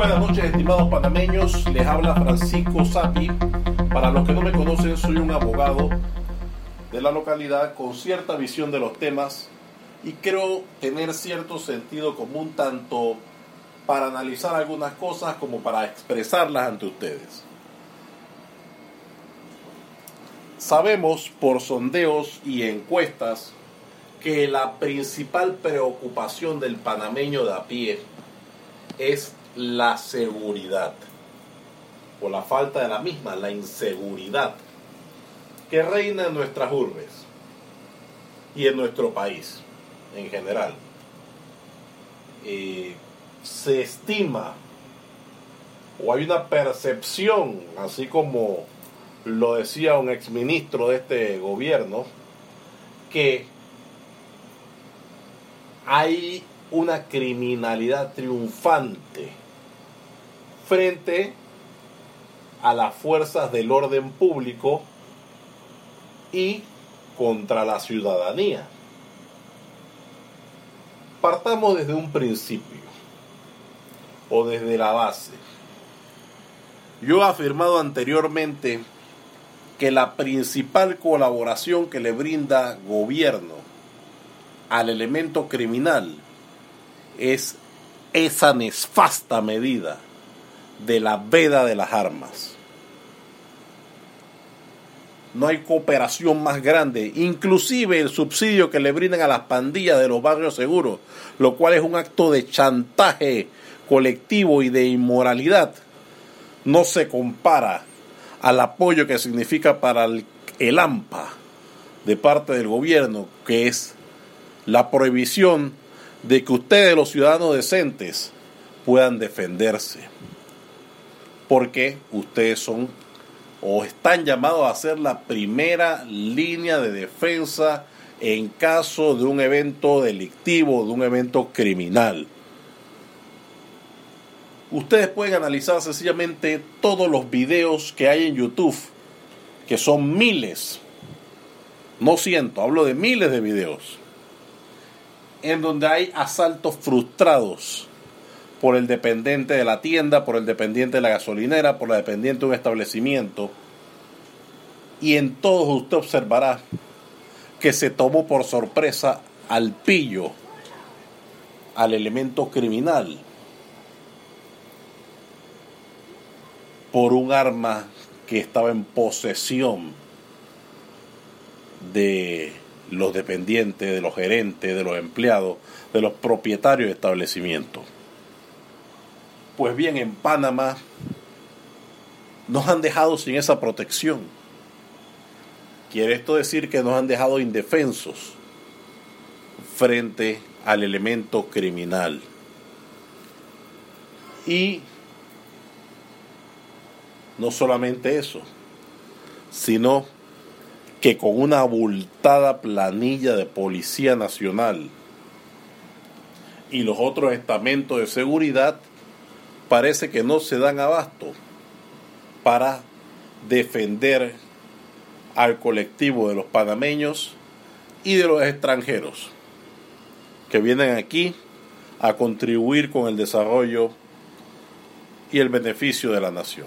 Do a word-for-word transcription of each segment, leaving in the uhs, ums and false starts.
buenas noches, estimados panameños. Les habla Francisco Sapi. Para los que no me conocen, soy un abogado de la localidad con cierta visión de los temas y creo tener cierto sentido común tanto para analizar algunas cosas como para expresarlas ante ustedes. Sabemos por sondeos y encuestas que la principal preocupación del panameño de a pie es la seguridad, o la falta de la misma, la inseguridad que reina en nuestras urbes y en nuestro país en general. Eh, se estima, o hay una percepción, así como lo decía un exministro de este gobierno, que hay una criminalidad triunfante frente a las fuerzas del orden público y contra la ciudadanía. Partamos desde un principio o desde la base. Yo he afirmado anteriormente que la principal colaboración que le brinda gobierno al elemento criminal es esa nefasta medida de la veda de las armas. No hay cooperación más grande, inclusive el subsidio que le brindan a las pandillas de los barrios seguros, lo cual es un acto de chantaje colectivo y de inmoralidad, no se compara al apoyo que significa para el, el AMPA de parte del gobierno, que es la prohibición de que ustedes, los ciudadanos decentes, puedan defenderse, porque ustedes son o están llamados a ser la primera línea de defensa en caso de un evento delictivo, de un evento criminal. Ustedes pueden analizar sencillamente todos los videos que hay en YouTube, que son miles, no cientos, hablo de miles de videos, en donde hay asaltos frustrados por el dependiente de la tienda, por el dependiente de la gasolinera, por la dependiente de un establecimiento. Y en todos usted observará que se tomó por sorpresa al pillo, al elemento criminal, por un arma que estaba en posesión de los dependientes, de los gerentes, de los empleados, de los propietarios de establecimientos. Pues bien, en Panamá nos han dejado sin esa protección. Quiere esto decir que nos han dejado indefensos frente al elemento criminal. Y no solamente eso, sino que con una abultada planilla de Policía Nacional y los otros estamentos de seguridad parece que no se dan abasto para defender al colectivo de los panameños y de los extranjeros que vienen aquí a contribuir con el desarrollo y el beneficio de la nación.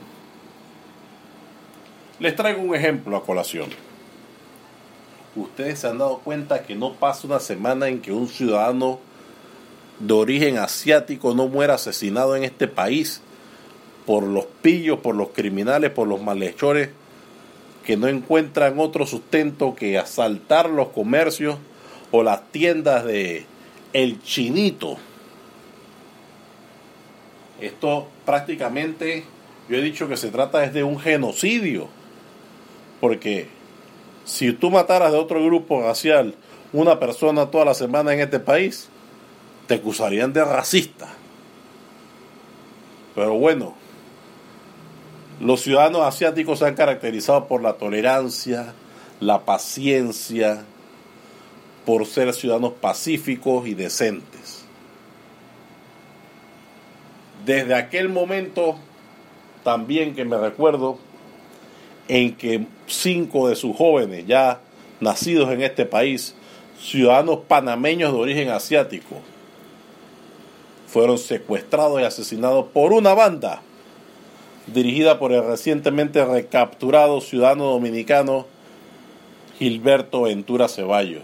Les traigo un ejemplo a colación. Ustedes se han dado cuenta que no pasa una semana en que un ciudadano de origen asiático no muera asesinado en este país por los pillos, por los criminales, por los malhechores que no encuentran otro sustento que asaltar los comercios o las tiendas de El Chinito. Esto prácticamente, yo he dicho que se trata es de un genocidio, porque si tú mataras de otro grupo racial una persona toda la semana en este país, te acusarían de racista. Pero bueno, los ciudadanos asiáticos se han caracterizado por la tolerancia, la paciencia, por ser ciudadanos pacíficos y decentes. Desde aquel momento también que me recuerdo en que cinco de sus jóvenes ya nacidos en este país, ciudadanos panameños de origen asiático, fueron secuestrados y asesinados por una banda dirigida por el recientemente recapturado ciudadano dominicano Gilberto Ventura Ceballos.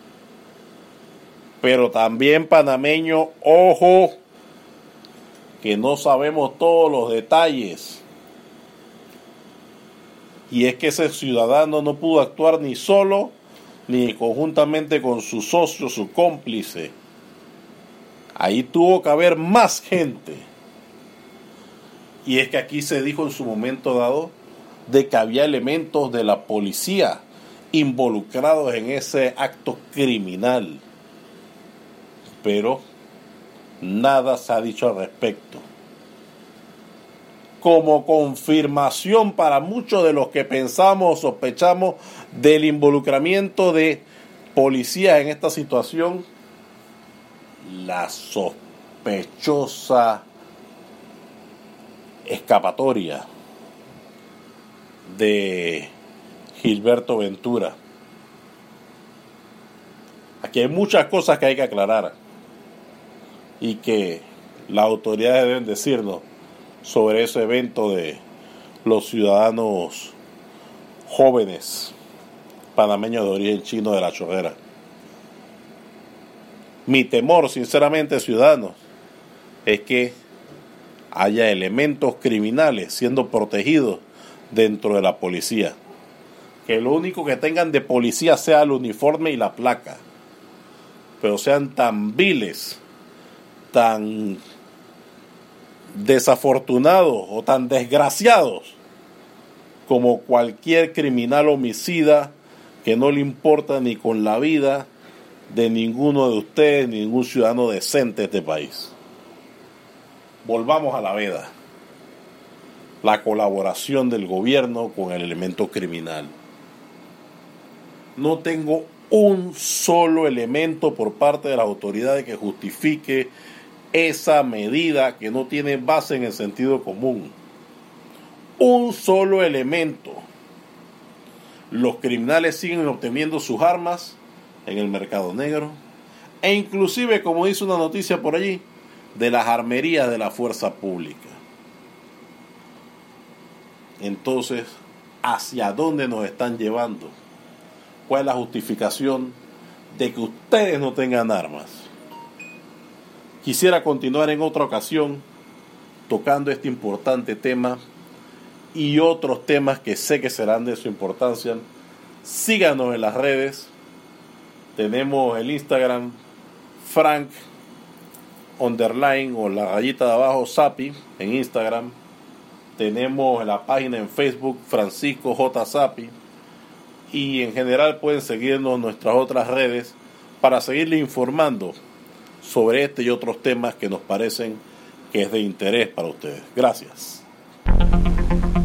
Pero también panameño, ojo, que no sabemos todos los detalles. Y es que ese ciudadano no pudo actuar ni solo, ni conjuntamente con su socio, su cómplice. Ahí tuvo que haber más gente. Y es que aquí se dijo en su momento dado de que había elementos de la policía involucrados en ese acto criminal. Pero nada se ha dicho al respecto. Como confirmación para muchos de los que pensamos o sospechamos del involucramiento de policías en esta situación, la sospechosa escapatoria de Gilberto Ventura. Aquí hay muchas cosas que hay que aclarar y que las autoridades deben decirnos sobre ese evento de los ciudadanos jóvenes panameños de origen chino de La Chorrera. Mi temor, sinceramente, ciudadanos, es que haya elementos criminales siendo protegidos dentro de la policía. Que lo único que tengan de policía sea el uniforme y la placa. Pero sean tan viles, tan desafortunados o tan desgraciados como cualquier criminal homicida que no le importa ni con la vida de ninguno de ustedes, ni ningún ciudadano decente de este país. Volvamos a la veda. La colaboración del gobierno con el elemento criminal. No tengo un solo elemento por parte de las autoridades que justifique esa medida que no tiene base en el sentido común. Un solo elemento. Los criminales siguen obteniendo sus armas en el mercado negro e inclusive, como dice una noticia por allí, de las armerías de la fuerza pública. Entonces, ¿hacia dónde nos están llevando? ¿Cuál es la justificación de que ustedes no tengan armas? Quisiera continuar en otra ocasión tocando este importante tema y otros temas que sé que serán de su importancia. Síganos en las redes. Tenemos el Instagram Frank underline o la rayita de abajo Sapi en Instagram. Tenemos la página en Facebook Francisco J. Sapi. Y en general pueden seguirnos en nuestras otras redes para seguirles informando sobre este y otros temas que nos parecen que es de interés para ustedes. Gracias.